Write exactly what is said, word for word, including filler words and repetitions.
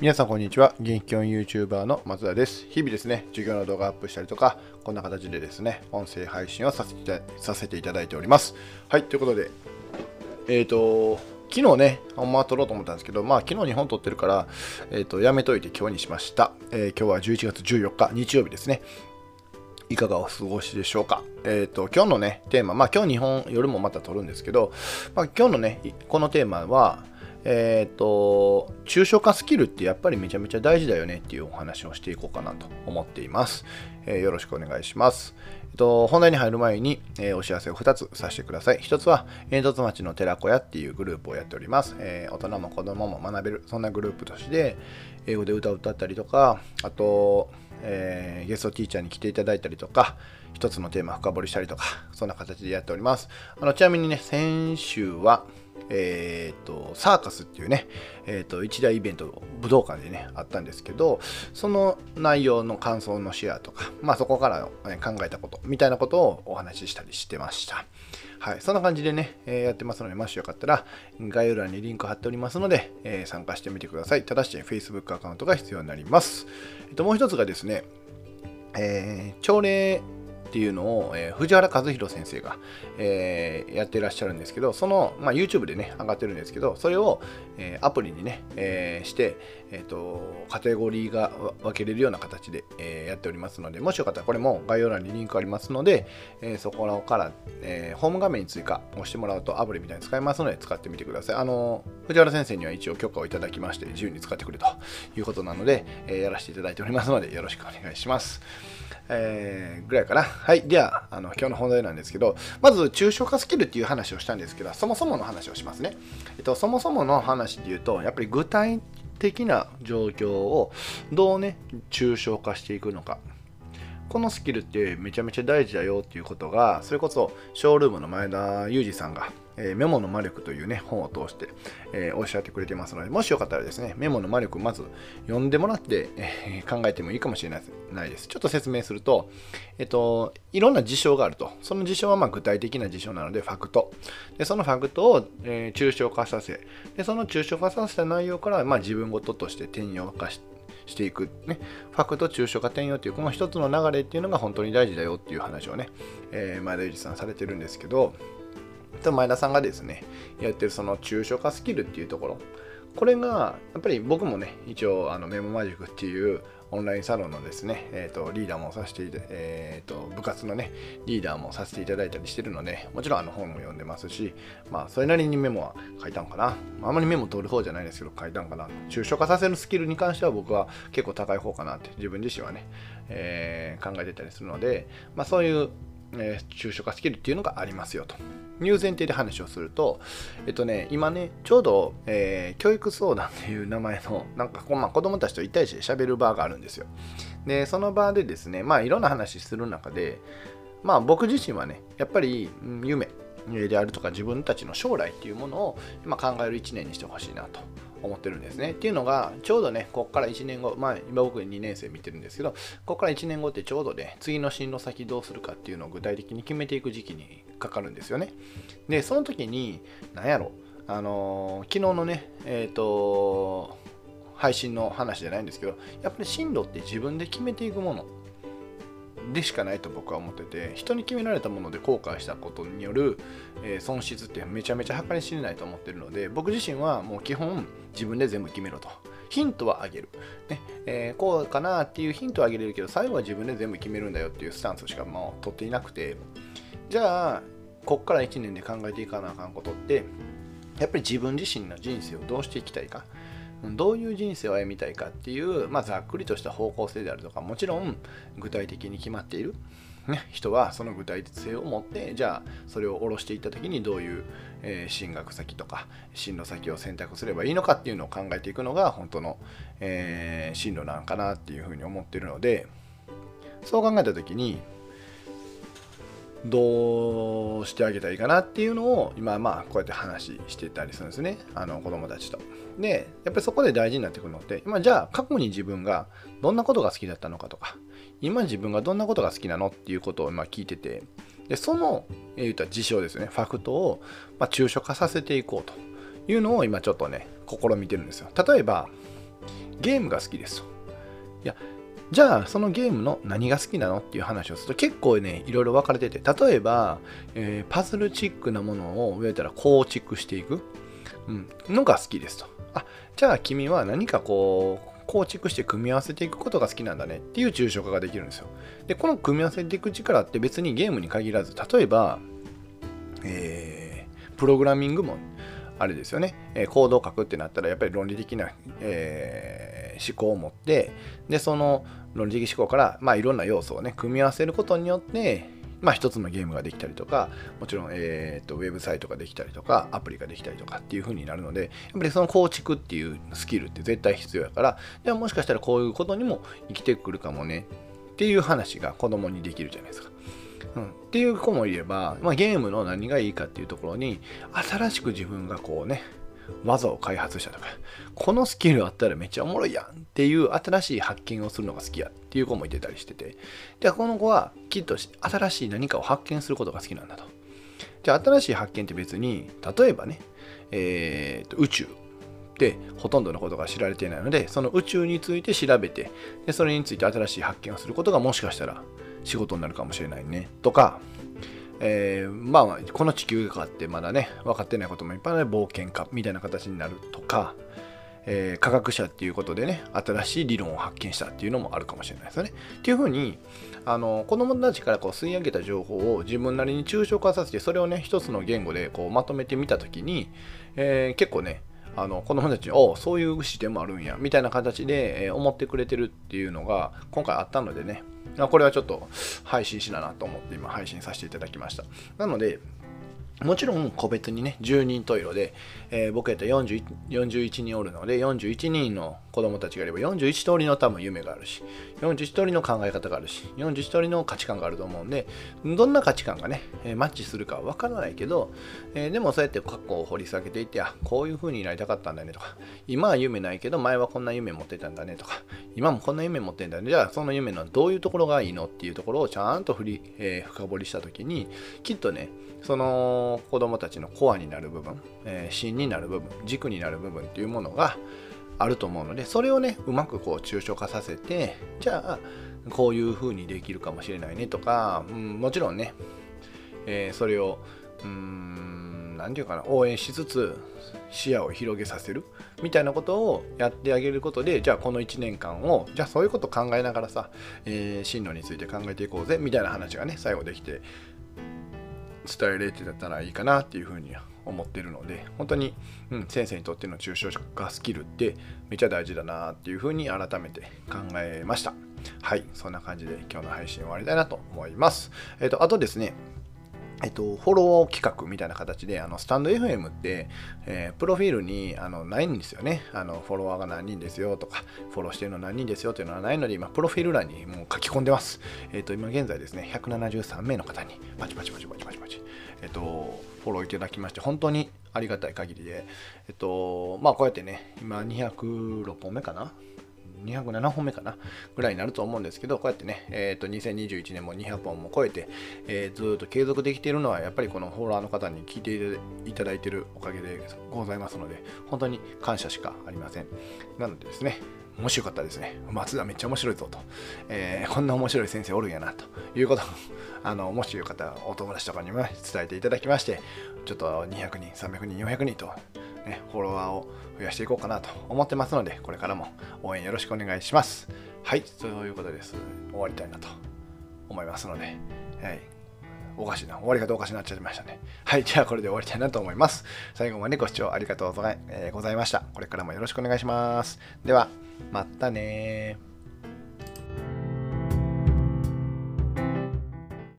皆さんこんにちは。元気教 YouTuber の松田です。日々ですね、授業の動画アップしたりとか、こんな形でですね、音声配信をさせてさせていただいております。はい、ということで、えっ、ー、と、昨日ね、ほんまは撮ろうと思ったんですけど、まあ昨日にほん撮ってるから、えっ、ー、と、やめといて今日にしました。えー、今日はじゅういちがつじゅうよっか、日曜日ですね。いかがお過ごしでしょうか。えっ、ー、と、今日のね、テーマ、まあ今日にほん夜もまた撮るんですけど、まあ今日のね、このテーマは、えっ、ー、と、抽象化スキルってやっぱりめちゃめちゃ大事だよねっていうお話をしていこうかなと思っています。えー、よろしくお願いします。えっと、本題に入る前に、えー、お知らせをふたつさせてください。ひとつは、煙突町の寺子屋っていうグループをやっております。えー、大人も子供も学べる、そんなグループとして、英語で歌を歌ったりとか、あと、えー、ゲストティーチャーに来ていただいたりとか、一つのテーマ深掘りしたりとか、そんな形でやっております。あのちなみにね、先週は、えー、とサーカスっていうね、えー、と一大イベント武道館でねあったんですけど、その内容の感想のシェアとか、まあ、そこから、ね、考えたことみたいなことをお話ししたりしてました。はい、そんな感じでね、えー、やってますので、もしよかったら概要欄にリンク貼っておりますので、えー、参加してみてください。ただし Facebook アカウントが必要になります。えー、ともう一つがですね、えー、朝礼っていうのを、えー、藤原和弘先生が、えー、やってらっしゃるんですけど、その、まあ、YouTube でね、上がってるんですけど、それを、えー、アプリにね、えー、して、えーと、カテゴリーが分けれるような形で、えー、やっておりますので、もしよかったらこれも概要欄にリンクありますので、えー、そこから、えー、ホーム画面に追加押してもらうとアプリみたいに使えますので、使ってみてください。あの、藤原先生には一応許可をいただきまして、自由に使ってくれということなので、えー、やらせていただいておりますので、よろしくお願いします。えー、ぐらいかな。はい。では、あの今日の本題なんですけど、まず、抽象化スキルっていう話をしたんですけど、そもそもの話をしますね。えっと、そもそもの話で言うと、やっぱり具体的な状況をどうね、抽象化していくのか。このスキルってめちゃめちゃ大事だよっていうことが、それこそショールームの前田裕二さんが、えー、メモの魔力というね、本を通して、えー、おっしゃってくれてますので、もしよかったらですね、メモの魔力まず読んでもらって、えー、考えてもいいかもしれないです。ちょっと説明すると、えっと、いろんな事象があると。その事象はまあ具体的な事象なので、ファクト。で、そのファクトを、えー、抽象化させ、で、その抽象化させた内容から、まあ、自分事として転用化して、していく、ね、ファクト、抽象化、転用というこの一つの流れっていうのが本当に大事だよっていう話をね、えー、前田裕二さんされてるんですけど、前田さんがですね、やってるその抽象化スキルっていうところ、これがやっぱり僕もね、一応あのメモマジックっていうオンラインサロンのですね、えー、とリーダーもさせていただいて、えー、と部活のね、リーダーもさせていただいたりしてるので、もちろんあの本も読んでますし、まあそれなりにメモは書いたんかな。あんまりメモ取る方じゃないですけど、書いたんかな。抽象化させるスキルに関しては僕は結構高い方かなって自分自身はね、えー、考えてたりするので、まあそういう、えー、抽象化スキルっていうのがありますよという前提で話をすると、えっとね、今ね、ちょうど、えー、教育相談っていう名前の、なんかこう、まあ、子供たちと一対一で喋る場があるんですよ。で、その場でですね、まあ、いろんな話する中で、まあ、僕自身はね、やっぱり、うん、夢であるとか自分たちの将来っていうものを、まあ、考えるいちねんにしてほしいなと思ってるんですね。っていうのが、ちょうどね、ここからいちねんご、まあ、今僕にねん生見てるんですけど、ここからいちねんごってちょうどね、次の進路先どうするかっていうのを具体的に決めていく時期にかかるんですよね。で、その時に、なんやろ、あのー、昨日のね、えっと、配信の話じゃないんですけど、やっぱり進路って自分で決めていくものでしかないと僕は思ってて、人に決められたもので後悔したことによる、えー、損失ってめちゃめちゃ計り知れないと思ってるので、僕自身はもう基本自分で全部決めろと。ヒントはあげる、ねえー、こうかなっていうヒントはあげれるけど、最後は自分で全部決めるんだよっていうスタンスしかもう取っていなくて、じゃあこっからいちねんで考えていかなあかんことって、やっぱり自分自身の人生をどうしていきたいか、どういう人生を歩みたいかっていう、まあ、ざっくりとした方向性であるとか、もちろん具体的に決まっている、ね、人はその具体性を持って、じゃあそれを下ろしていった時にどういう、えー、進学先とか進路先を選択すればいいのかっていうのを考えていくのが本当の、えー、進路なんかなっていうふうに思っているので、そう考えた時にどうしてあげたらいいかなっていうのを今まあこうやって話してたりするんですね、あの子供たちと。で、やっぱりそこで大事になってくるのって、今じゃあ過去に自分がどんなことが好きだったのかとか、今自分がどんなことが好きなのっていうことを今聞いてて、でその、えー、言った事象ですね、ファクトを、まあ、抽象化させていこうというのを今ちょっとね試みてるんですよ。例えばゲームが好きですと。いや、じゃあそのゲームの何が好きなのっていう話をすると結構ね、いろいろ分かれてて、例えば、えー、パズルチックなものを言われたら構築していく、うん、のが好きですと。あ、じゃあ君は何かこう、構築して組み合わせていくことが好きなんだねっていう抽象化ができるんですよ。で、この組み合わせていく力って別にゲームに限らず、例えば、えー、プログラミングもあれですよね、えー、コードを書くってなったらやっぱり論理的な、えー、思考を持って、で、その論理的思考から、まあ、いろんな要素をね、組み合わせることによって、まあ、一つのゲームができたりとか、もちろん、えーと、ウェブサイトができたりとか、アプリができたりとかっていう風になるので、やっぱりその構築っていうスキルって絶対必要やから、でももしかしたらこういうことにも生きてくるかもねっていう話が子供にできるじゃないですか。うん、っていう子もいれば、まあ、ゲームの何がいいかっていうところに、新しく自分がこうね、技を開発したとか、このスキルあったらめっちゃおもろいやんっていう新しい発見をするのが好きやっていう子もいてたりしてて、でこの子はきっと新しい何かを発見することが好きなんだと。じゃあ新しい発見って別に、例えばね、えー、と宇宙ってほとんどのことが知られていないので、その宇宙について調べて、でそれについて新しい発見をすることがもしかしたら仕事になるかもしれないねとか、えー、まあこの地球があってまだね分かってないこともいっぱいある、冒険家みたいな形になるとか、えー、科学者っていうことでね新しい理論を発見したっていうのもあるかもしれないですよね。っていうふうにあの子供たちからこう吸い上げた情報を自分なりに抽象化させて、それをね一つの言語でこうまとめてみたときに、えー、結構ねあの子供たちにおそういう視点もあるんやみたいな形で、えー、思ってくれてるっていうのが今回あったのでね、これはちょっと配信しななと思って今配信させていただきました。なのでもちろん個別にねじゅうにん十色で、えー、僕やったらよんじゅういち、よんじゅういちにんおるのでよんじゅういちにんの子供たちがいればよんじゅういち通りの多分夢があるし、よんじゅういち通りの考え方があるし、よんじゅういち通りの価値観があると思うんで、どんな価値観がね、えー、マッチするかはわからないけど、えー、でもそうやって過去を掘り下げていって、あ、こういう風になりたかったんだねとか、今は夢ないけど前はこんな夢持ってたんだねとか、今もこんな夢持ってんだね、じゃあその夢のどういうところがいいのっていうところをちゃんと振り、えー、深掘りしたときに、きっとねその子供たちのコアになる部分、えー、芯になる部分、軸になる部分っていうものがあると思うので、それをねうまくこう抽象化させて、じゃあこういう風にできるかもしれないねとか、うん、もちろんね、えー、それをうーん何て言うかな、応援しつつ視野を広げさせるみたいなことをやってあげることで、じゃあこのいちねんかんをじゃあそういうこと考えながらさ、えー、進路について考えていこうぜみたいな話がね最後できて伝えれてたらいいかなっていうふうに思ってるので、本当に、うん、先生にとっての抽象化スキルってめっちゃ大事だなっていうふうに改めて考えました。はい、そんな感じで今日の配信終わりたいなと思います。えっと、あとですね、えっと、フォロー企画みたいな形で、あのスタンド エフエムって、えー、プロフィールにあのないんですよね。あのフォロワーが何人ですよとか、フォローしてるの何人ですよっていうのはないので、今、プロフィール欄にもう書き込んでます。えっと、今現在ですね、ひゃくななじゅうさんめいの方にパチパチパチパチパチパチ、えっと、フォローいただきまして、本当にありがたい限りで、えっと、まあ、こうやってね、今にひゃくろっぽんめかなにひゃくななほんめかなぐらいになると思うんですけど、こうやってね、えー、とにせんにじゅういちねんもにひゃっぽんも超えて、えー、ずっと継続できているのはやっぱりこのフォロワーの方に聞いていただいているおかげでございますので、本当に感謝しかありません。なのでですね、もしよかったらですね、松田めっちゃ面白いぞと、えー、こんな面白い先生おるんやなということをあのもしよかったらお友達とかにも伝えていただきまして、ちょっとにひゃくにん、さんびゃくにん、よんひゃくにんとね、フォロワーを増やしていこうかなと思ってますので、これからも応援よろしくお願いします。はい、そういうことです。終わりたいなと思いますので、はい、おかしいな、終わり方おかしくなっちゃいましたね。はい、じゃあこれで終わりたいなと思います。最後までご視聴ありがとうございました。これからもよろしくお願いします。では、またねー。